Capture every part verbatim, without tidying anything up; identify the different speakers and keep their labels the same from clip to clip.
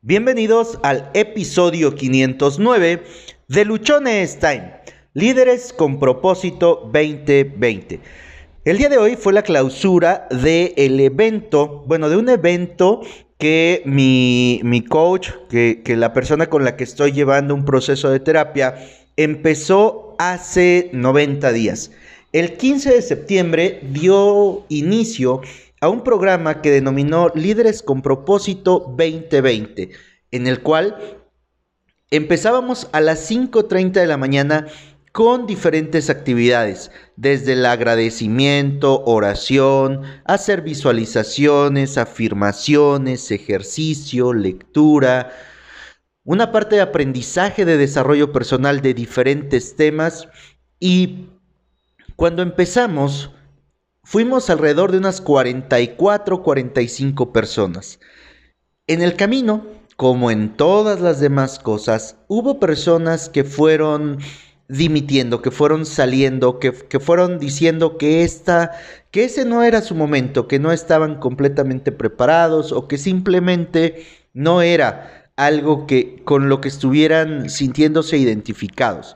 Speaker 1: Bienvenidos al episodio quinientos nueve de Luchones Time, Líderes con Propósito veinte veinte. El día de hoy fue la clausura del evento, bueno, de un evento que mi, mi coach, que, que la persona con la que estoy llevando un proceso de terapia, empezó hace noventa días. El quince de septiembre dio inicio a un programa que denominó Líderes con Propósito veinte veinte, en el cual empezábamos a las cinco treinta de la mañana con diferentes actividades, desde el agradecimiento, oración, hacer visualizaciones, afirmaciones, ejercicio, lectura, una parte de aprendizaje de desarrollo personal de diferentes temas. Y cuando empezamos, fuimos alrededor de unas cuarenta y cuatro, cuarenta y cinco personas. En el camino, como en todas las demás cosas, hubo personas que fueron dimitiendo, que fueron saliendo, que, que fueron diciendo que, esta, que ese no era su momento, que no estaban completamente preparados o que simplemente no era algo que, con lo que estuvieran sintiéndose identificados.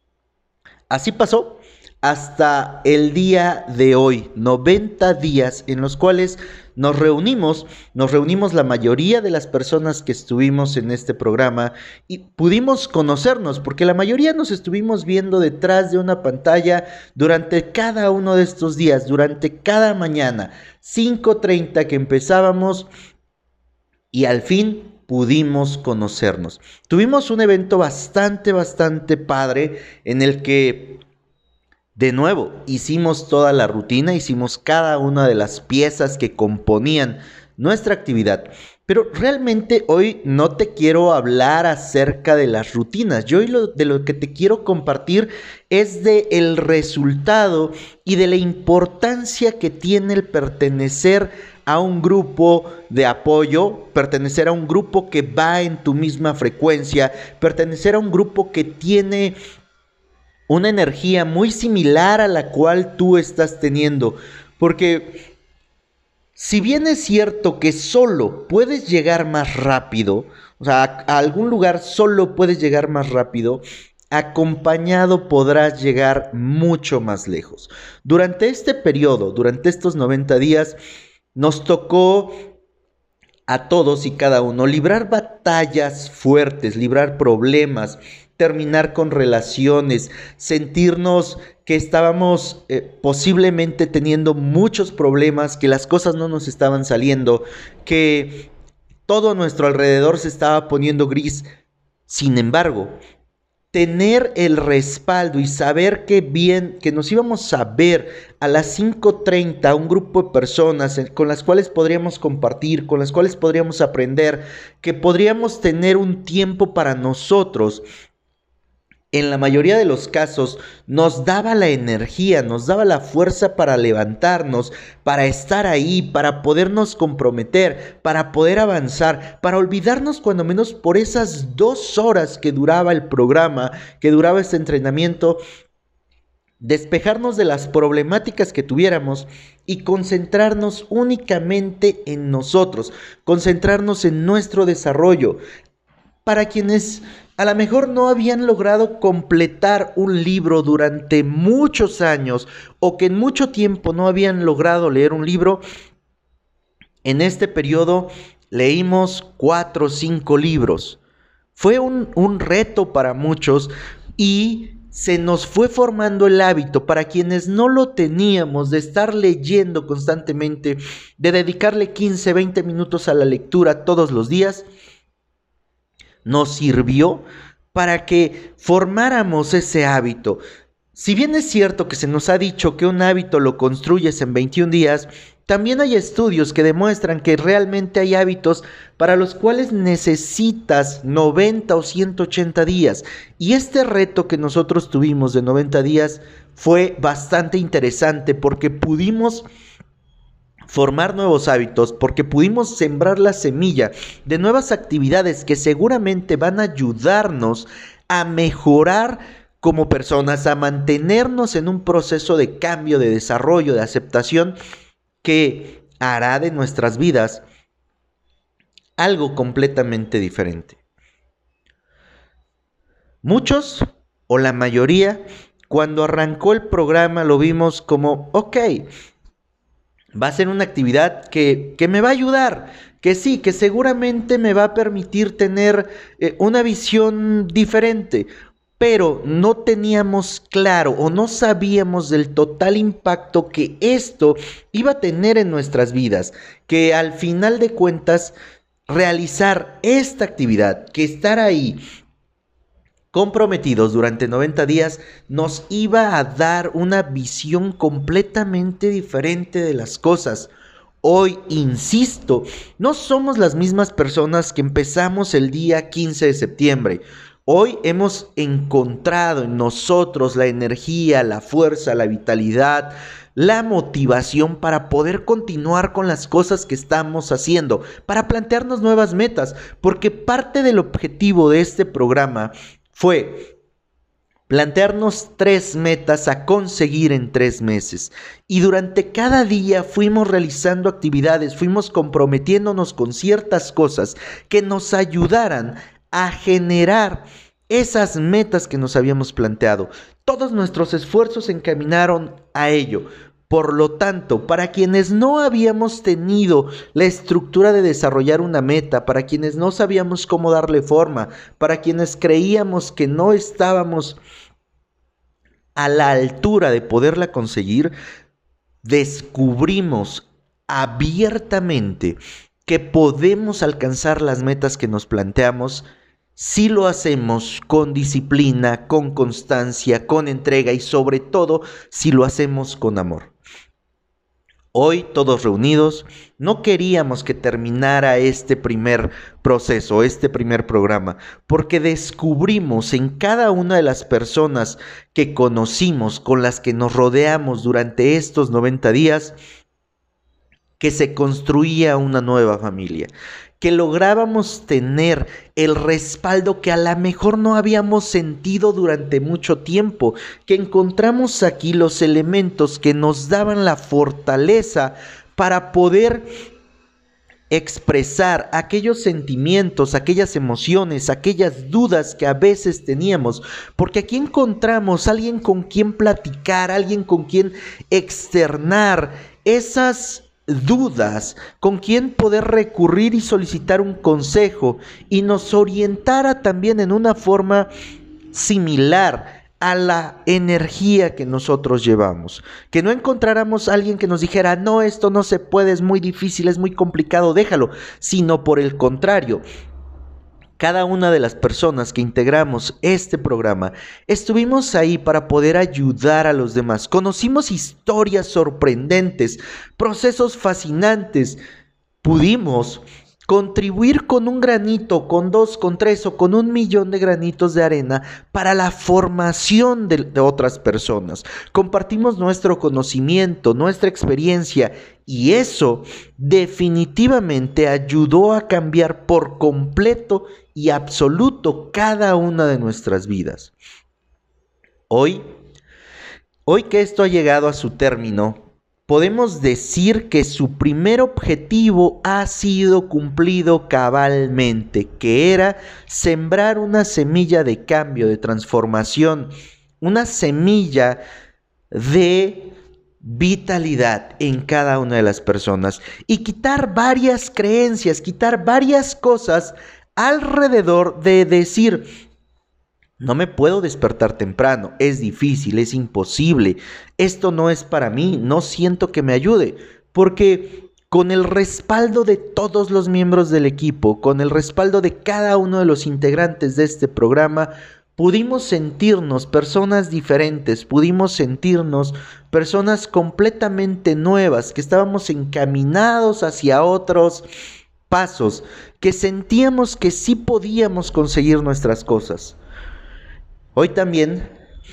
Speaker 1: Así pasó hasta el día de hoy, noventa días en los cuales nos reunimos, nos reunimos la mayoría de las personas que estuvimos en este programa y pudimos conocernos, porque la mayoría nos estuvimos viendo detrás de una pantalla durante cada uno de estos días, durante cada mañana, cinco treinta que empezábamos y al fin pudimos conocernos. Tuvimos un evento bastante, bastante padre en el que de nuevo, hicimos toda la rutina, hicimos cada una de las piezas que componían nuestra actividad. Pero realmente hoy no te quiero hablar acerca de las rutinas. Yo hoy lo, de lo que te quiero compartir es de el resultado y de la importancia que tiene el pertenecer a un grupo de apoyo, pertenecer a un grupo que va en tu misma frecuencia, pertenecer a un grupo que tiene una energía muy similar a la cual tú estás teniendo, porque si bien es cierto que solo puedes llegar más rápido, o sea, a, a algún lugar solo puedes llegar más rápido, acompañado podrás llegar mucho más lejos. Durante este periodo, durante estos noventa días, nos tocó a todos y cada uno librar batallas fuertes, librar problemas, terminar con relaciones, sentirnos que estábamos eh, posiblemente teniendo muchos problemas, que las cosas no nos estaban saliendo, que todo a nuestro alrededor se estaba poniendo gris. Sin embargo, tener el respaldo y saber que bien, que nos íbamos a ver a las cinco treinta, un grupo de personas con las cuales podríamos compartir, con las cuales podríamos aprender, que podríamos tener un tiempo para nosotros, en la mayoría de los casos nos daba la energía, nos daba la fuerza para levantarnos, para estar ahí, para podernos comprometer, para poder avanzar, para olvidarnos cuando menos por esas dos horas que duraba el programa, que duraba este entrenamiento, despejarnos de las problemáticas que tuviéramos y concentrarnos únicamente en nosotros, concentrarnos en nuestro desarrollo. Para quienes a lo mejor no habían logrado completar un libro durante muchos años o que en mucho tiempo no habían logrado leer un libro, en este periodo leímos cuatro o cinco libros. Fue un, un reto para muchos y se nos fue formando el hábito para quienes no lo teníamos de estar leyendo constantemente, de dedicarle quince, veinte minutos a la lectura todos los días. Nos sirvió para que formáramos ese hábito. Si bien es cierto que se nos ha dicho que un hábito lo construyes en veintiún días, también hay estudios que demuestran que realmente hay hábitos para los cuales necesitas noventa o ciento ochenta días. Y este reto que nosotros tuvimos de noventa días fue bastante interesante porque pudimos formar nuevos hábitos, porque pudimos sembrar la semilla de nuevas actividades que seguramente van a ayudarnos a mejorar como personas, a mantenernos en un proceso de cambio, de desarrollo, de aceptación que hará de nuestras vidas algo completamente diferente. Muchos, o la mayoría, cuando arrancó el programa lo vimos como, ok, va a ser una actividad que, que me va a ayudar, que sí, que seguramente me va a permitir tener eh, una visión diferente, pero no teníamos claro o no sabíamos del total impacto que esto iba a tener en nuestras vidas, que al final de cuentas realizar esta actividad, que estar ahí comprometidos durante noventa días, nos iba a dar una visión completamente diferente de las cosas. Hoy, insisto, no somos las mismas personas que empezamos el día quince de septiembre. Hoy hemos encontrado en nosotros la energía, la fuerza, la vitalidad, la motivación para poder continuar con las cosas que estamos haciendo, para plantearnos nuevas metas, porque parte del objetivo de este programa fue plantearnos tres metas a conseguir en tres meses. Y durante cada día fuimos realizando actividades, fuimos comprometiéndonos con ciertas cosas que nos ayudaran a generar esas metas que nos habíamos planteado. Todos nuestros esfuerzos se encaminaron a ello. Por lo tanto, para quienes no habíamos tenido la estructura de desarrollar una meta, para quienes no sabíamos cómo darle forma, para quienes creíamos que no estábamos a la altura de poderla conseguir, descubrimos abiertamente que podemos alcanzar las metas que nos planteamos si lo hacemos con disciplina, con constancia, con entrega y sobre todo si lo hacemos con amor. Hoy, todos reunidos, no queríamos que terminara este primer proceso, este primer programa, porque descubrimos en cada una de las personas que conocimos, con las que nos rodeamos durante estos noventa días, que se construía una nueva familia, que lográbamos tener el respaldo que a lo mejor no habíamos sentido durante mucho tiempo, que encontramos aquí los elementos que nos daban la fortaleza para poder expresar aquellos sentimientos, aquellas emociones, aquellas dudas que a veces teníamos, porque aquí encontramos a alguien con quien platicar, alguien con quien externar esas dudas, con quien poder recurrir y solicitar un consejo y nos orientara también en una forma similar a la energía que nosotros llevamos, que no encontráramos a alguien que nos dijera, no, esto no se puede, es muy difícil, es muy complicado, déjalo, sino por el contrario. Cada una de las personas que integramos este programa estuvimos ahí para poder ayudar a los demás. Conocimos historias sorprendentes, procesos fascinantes. Pudimos contribuir con un granito, con dos, con tres o con un millón de granitos de arena para la formación de, de otras personas. Compartimos nuestro conocimiento, nuestra experiencia y eso definitivamente ayudó a cambiar por completo y absoluto cada una de nuestras vidas. Hoy, hoy que esto ha llegado a su término, podemos decir que su primer objetivo ha sido cumplido cabalmente, que era sembrar una semilla de cambio, de transformación, una semilla de vitalidad en cada una de las personas y quitar varias creencias, quitar varias cosas alrededor de decir, no me puedo despertar temprano, es difícil, es imposible, esto no es para mí, no siento que me ayude, porque con el respaldo de todos los miembros del equipo, con el respaldo de cada uno de los integrantes de este programa, pudimos sentirnos personas diferentes, pudimos sentirnos personas completamente nuevas, que estábamos encaminados hacia otros pasos, que sentíamos que sí podíamos conseguir nuestras cosas. Hoy también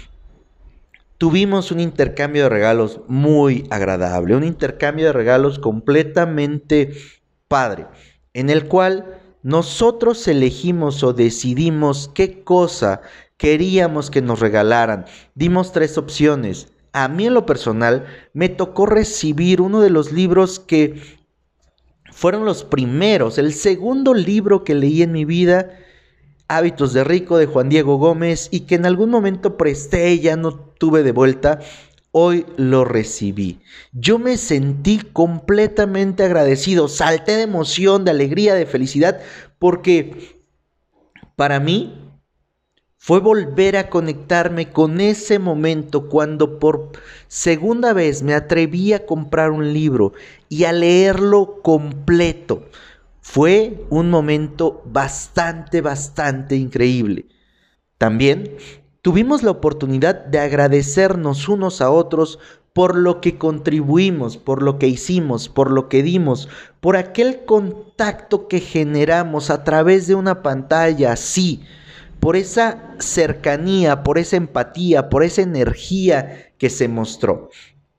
Speaker 1: tuvimos un intercambio de regalos muy agradable, un intercambio de regalos completamente padre, en el cual nosotros elegimos o decidimos qué cosa queríamos que nos regalaran. Dimos tres opciones. A mí en lo personal me tocó recibir uno de los libros que fueron los primeros, el segundo libro que leí en mi vida, Hábitos de Rico, de Juan Diego Gómez, y que en algún momento presté y ya no tuve de vuelta. Hoy lo recibí. Yo me sentí completamente agradecido, salté de emoción, de alegría, de felicidad, porque para mí fue volver a conectarme con ese momento cuando por segunda vez me atreví a comprar un libro y a leerlo completo. Fue un momento bastante, bastante increíble. También tuvimos la oportunidad de agradecernos unos a otros por lo que contribuimos, por lo que hicimos, por lo que dimos, por aquel contacto que generamos a través de una pantalla, sí, por esa cercanía, por esa empatía, por esa energía que se mostró.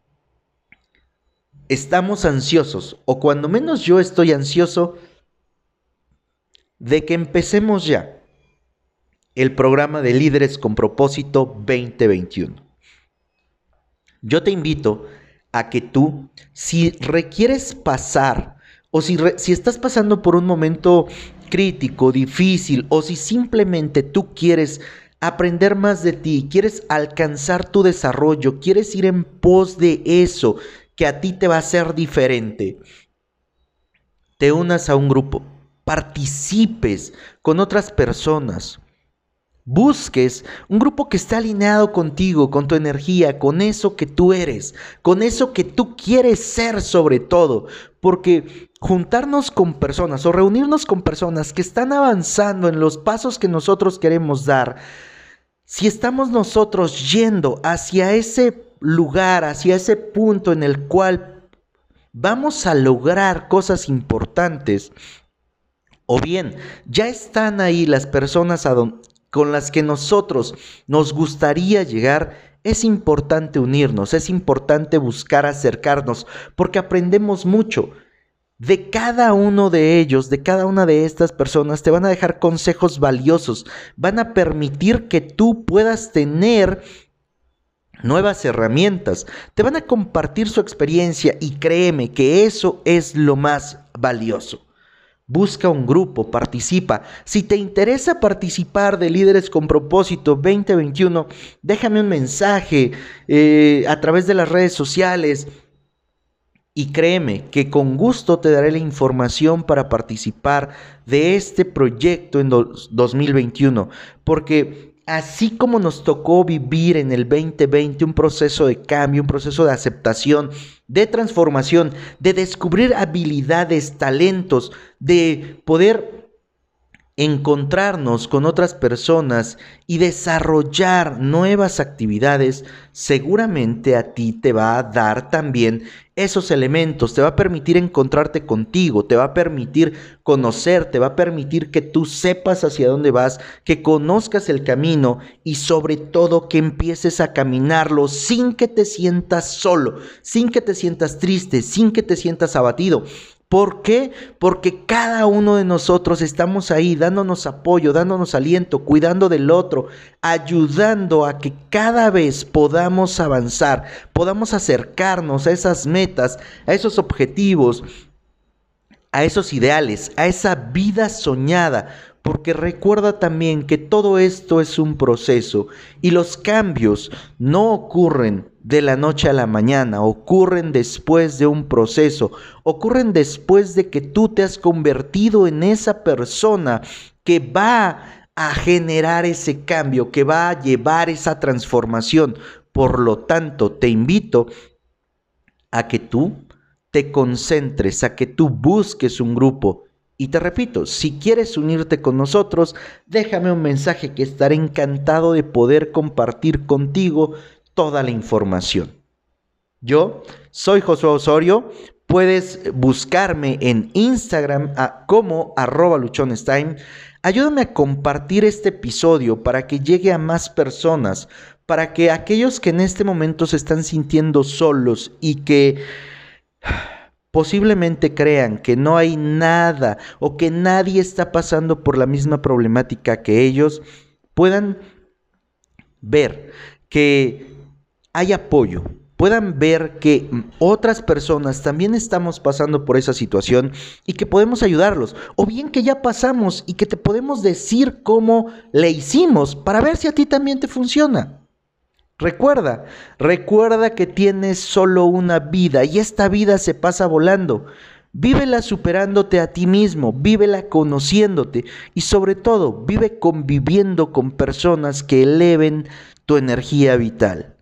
Speaker 1: Estamos ansiosos, o cuando menos yo estoy ansioso, de que empecemos ya el programa de Líderes con Propósito veinte veintiuno. Yo te invito a que tú, si requieres pasar, o si, re, si estás pasando por un momento crítico, difícil, o si simplemente tú quieres aprender más de ti, quieres alcanzar tu desarrollo, quieres ir en pos de eso que a ti te va a hacer diferente, te unas a un grupo, participes con otras personas, busques un grupo que esté alineado contigo, con tu energía, con eso que tú eres, con eso que tú quieres ser sobre todo, porque juntarnos con personas o reunirnos con personas que están avanzando en los pasos que nosotros queremos dar, si estamos nosotros yendo hacia ese lugar, hacia ese punto en el cual vamos a lograr cosas importantes, o bien ya están ahí las personas a don, con las que nosotros nos gustaría llegar, es importante unirnos, es importante buscar acercarnos, porque aprendemos mucho. De cada uno de ellos, de cada una de estas personas, te van a dejar consejos valiosos, van a permitir que tú puedas tener nuevas herramientas, te van a compartir su experiencia y créeme que eso es lo más valioso. Busca un grupo, participa. Si te interesa participar de Líderes con Propósito veinte veintiuno, déjame un mensaje eh, a través de las redes sociales y créeme que con gusto te daré la información para participar de este proyecto en dos mil veintiuno, porque así como nos tocó vivir en el veinte veinte un proceso de cambio, un proceso de aceptación, de transformación, de descubrir habilidades, talentos, de poder encontrarnos con otras personas y desarrollar nuevas actividades, seguramente a ti te va a dar también esos elementos, te va a permitir encontrarte contigo, te va a permitir conocer, te va a permitir que tú sepas hacia dónde vas, que conozcas el camino y sobre todo que empieces a caminarlo sin que te sientas solo, sin que te sientas triste, sin que te sientas abatido. ¿Por qué? Porque cada uno de nosotros estamos ahí dándonos apoyo, dándonos aliento, cuidando del otro, ayudando a que cada vez podamos avanzar, podamos acercarnos a esas metas, a esos objetivos, a esos ideales, a esa vida soñada. Porque recuerda también que todo esto es un proceso y los cambios no ocurren de la noche a la mañana, ocurren después de un proceso, ocurren después de que tú te has convertido en esa persona que va a generar ese cambio, que va a llevar esa transformación. Por lo tanto, te invito a que tú te concentres, a que tú busques un grupo. Y te repito, si quieres unirte con nosotros, déjame un mensaje que estaré encantado de poder compartir contigo toda la información. Yo soy Josué Osorio, puedes buscarme en Instagram a, como arroba luchonestime. Ayúdame a compartir este episodio para que llegue a más personas, para que aquellos que en este momento se están sintiendo solos y que posiblemente crean que no hay nada o que nadie está pasando por la misma problemática que ellos, puedan ver que hay apoyo, puedan ver que otras personas también estamos pasando por esa situación y que podemos ayudarlos, o bien que ya pasamos y que te podemos decir cómo le hicimos para ver si a ti también te funciona. Recuerda, recuerda que tienes solo una vida y esta vida se pasa volando. Vívela superándote a ti mismo, vívela conociéndote y sobre todo vive conviviendo con personas que eleven tu energía vital.